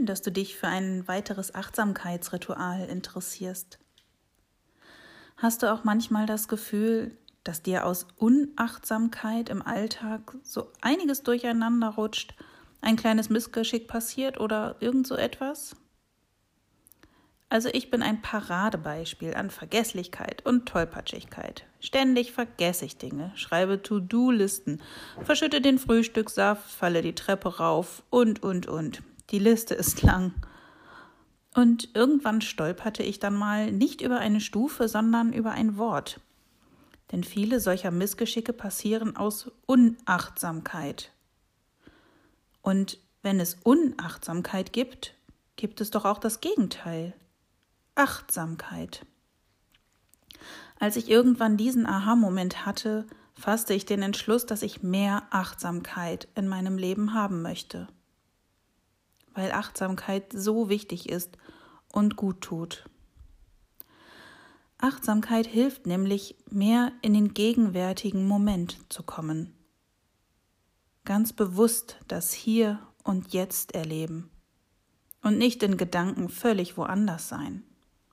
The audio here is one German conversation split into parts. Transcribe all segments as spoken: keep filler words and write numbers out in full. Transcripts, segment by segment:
schön, dass du dich für ein weiteres Achtsamkeitsritual interessierst. Hast du auch manchmal das Gefühl, dass dir aus Unachtsamkeit im Alltag so einiges durcheinander rutscht, ein kleines Missgeschick passiert oder irgend so etwas? Also ich bin ein Paradebeispiel an Vergesslichkeit und Tollpatschigkeit. Ständig vergesse ich Dinge, schreibe To-Do-Listen, verschütte den Frühstückssaft, falle die Treppe rauf und, und, und. Die Liste ist lang. Und irgendwann stolperte ich dann mal nicht über eine Stufe, sondern über ein Wort. Denn viele solcher Missgeschicke passieren aus Unachtsamkeit. Und wenn es Unachtsamkeit gibt, gibt es doch auch das Gegenteil. Achtsamkeit. Als ich irgendwann diesen Aha-Moment hatte, fasste ich den Entschluss, dass ich mehr Achtsamkeit in meinem Leben haben möchte. Weil Achtsamkeit so wichtig ist und gut tut. Achtsamkeit hilft nämlich, mehr in den gegenwärtigen Moment zu kommen. Ganz bewusst das Hier und Jetzt erleben und nicht in Gedanken völlig woanders sein.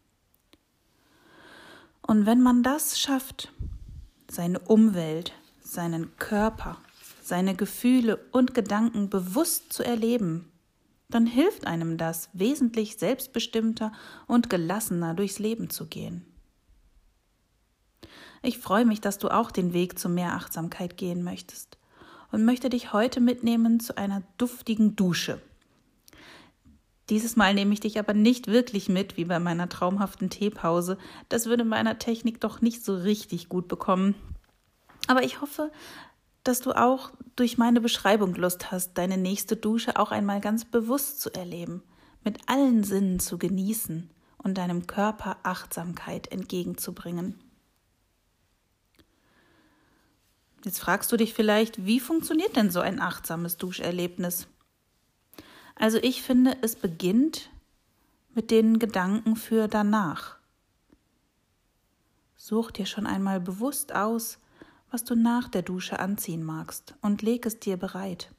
Und wenn man das schafft, seine Umwelt, seinen Körper, seine Gefühle und Gedanken bewusst zu erleben, dann hilft einem das, wesentlich selbstbestimmter und gelassener durchs Leben zu gehen. Ich freue mich, dass du auch den Weg zu mehr Achtsamkeit gehen möchtest und möchte dich heute mitnehmen zu einer duftigen Dusche. Dieses Mal nehme ich dich aber nicht wirklich mit, wie bei meiner traumhaften Teepause. Das würde meiner Technik doch nicht so richtig gut bekommen. Aber ich hoffe, dass du auch durch meine Beschreibung Lust hast, deine nächste Dusche auch einmal ganz bewusst zu erleben, mit allen Sinnen zu genießen und deinem Körper Achtsamkeit entgegenzubringen. Jetzt fragst du dich vielleicht, wie funktioniert denn so ein achtsames Duscherlebnis? Also ich finde, es beginnt mit den Gedanken für danach. Such dir schon einmal bewusst aus, was du nach der Dusche anziehen magst und leg es dir bereit.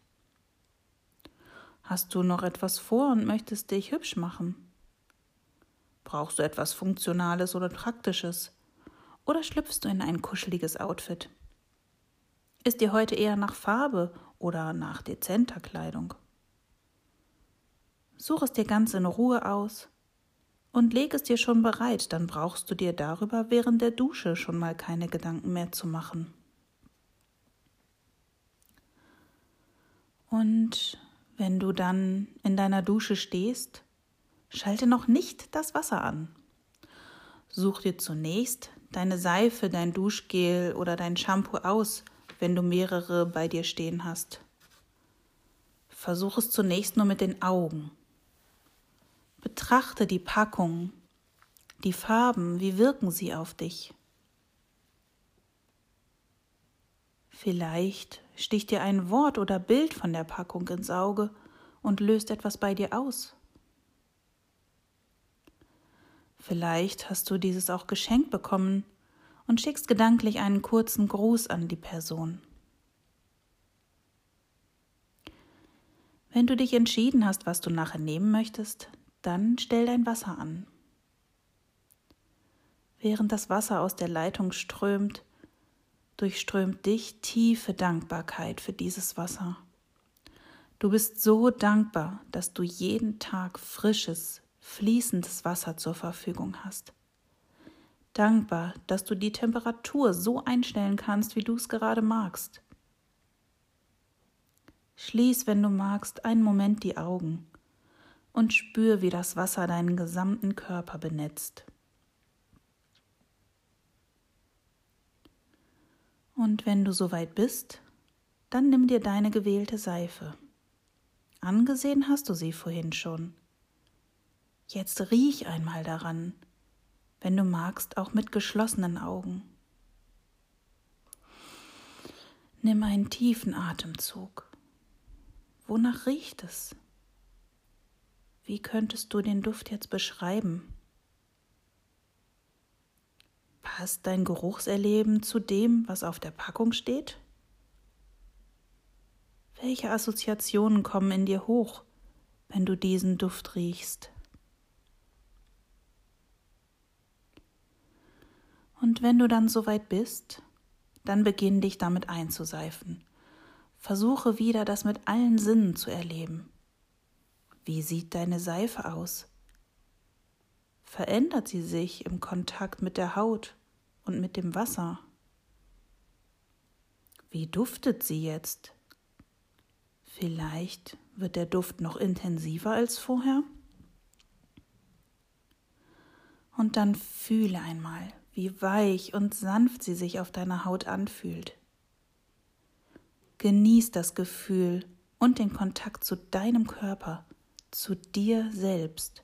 Hast du noch etwas vor und möchtest dich hübsch machen? Brauchst du etwas Funktionales oder Praktisches? Oder schlüpfst du in ein kuscheliges Outfit? Ist dir heute eher nach Farbe oder nach dezenter Kleidung? Such es dir ganz in Ruhe aus und leg es dir schon bereit, dann brauchst du dir darüber während der Dusche schon mal keine Gedanken mehr zu machen. Und wenn du dann in deiner Dusche stehst, schalte noch nicht das Wasser an. Such dir zunächst deine Seife, dein Duschgel oder dein Shampoo aus, wenn du mehrere bei dir stehen hast. Versuch es zunächst nur mit den Augen. Betrachte die Packung, die Farben, wie wirken sie auf dich? Vielleicht sticht dir ein Wort oder Bild von der Packung ins Auge und löst etwas bei dir aus. Vielleicht hast du dieses auch geschenkt bekommen und schickst gedanklich einen kurzen Gruß an die Person. Wenn du dich entschieden hast, was du nachher nehmen möchtest, dann stell dein Wasser an. Während das Wasser aus der Leitung strömt, durchströmt dich tiefe Dankbarkeit für dieses Wasser. Du bist so dankbar, dass du jeden Tag frisches, fließendes Wasser zur Verfügung hast. Dankbar, dass du die Temperatur so einstellen kannst, wie du es gerade magst. Schließ, wenn du magst, einen Moment die Augen und spür, wie das Wasser deinen gesamten Körper benetzt. Und wenn du soweit bist, dann nimm dir deine gewählte Seife. Angesehen hast du sie vorhin schon. Jetzt riech einmal daran, wenn du magst, auch mit geschlossenen Augen. Nimm einen tiefen Atemzug. Wonach riecht es? Wie könntest du den Duft jetzt beschreiben? Passt dein Geruchserleben zu dem, was auf der Packung steht? Welche Assoziationen kommen in dir hoch, wenn du diesen Duft riechst. Und wenn du dann soweit bist, dann beginn dich damit einzuseifen. Versuche wieder, das mit allen Sinnen zu erleben. Wie sieht deine Seife aus? Verändert sie sich im Kontakt mit der Haut und mit dem Wasser? Wie duftet sie jetzt? Vielleicht wird der Duft noch intensiver als vorher? Und dann fühle einmal, wie weich und sanft sie sich auf deiner Haut anfühlt. Genieß das Gefühl und den Kontakt zu deinem Körper, zu dir selbst.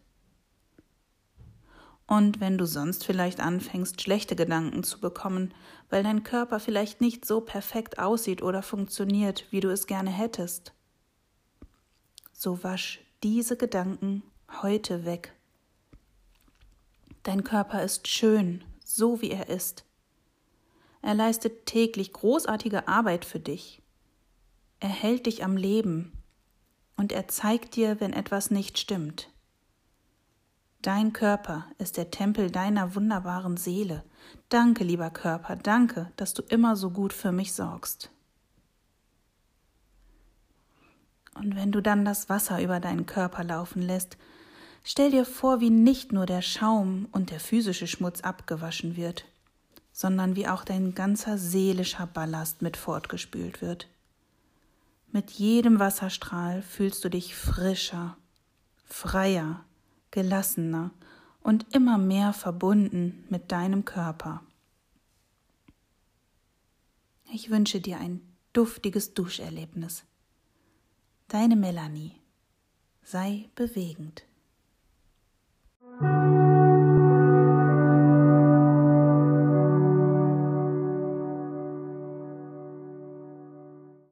Und wenn du sonst vielleicht anfängst, schlechte Gedanken zu bekommen, weil dein Körper vielleicht nicht so perfekt aussieht oder funktioniert, wie du es gerne hättest, so wasch diese Gedanken heute weg. Dein Körper ist schön, so wie er ist. Er leistet täglich großartige Arbeit für dich. Er hält dich am Leben und er zeigt dir, wenn etwas nicht stimmt. Dein Körper ist der Tempel deiner wunderbaren Seele. Danke, lieber Körper, danke, dass du immer so gut für mich sorgst. Und wenn du dann das Wasser über deinen Körper laufen lässt, stell dir vor, wie nicht nur der Schaum und der physische Schmutz abgewaschen wird, sondern wie auch dein ganzer seelischer Ballast mit fortgespült wird. Mit jedem Wasserstrahl fühlst du dich frischer, freier, gelassener und immer mehr verbunden mit deinem Körper. Ich wünsche dir ein duftiges Duscherlebnis. Deine Melanie. Sei bewegend.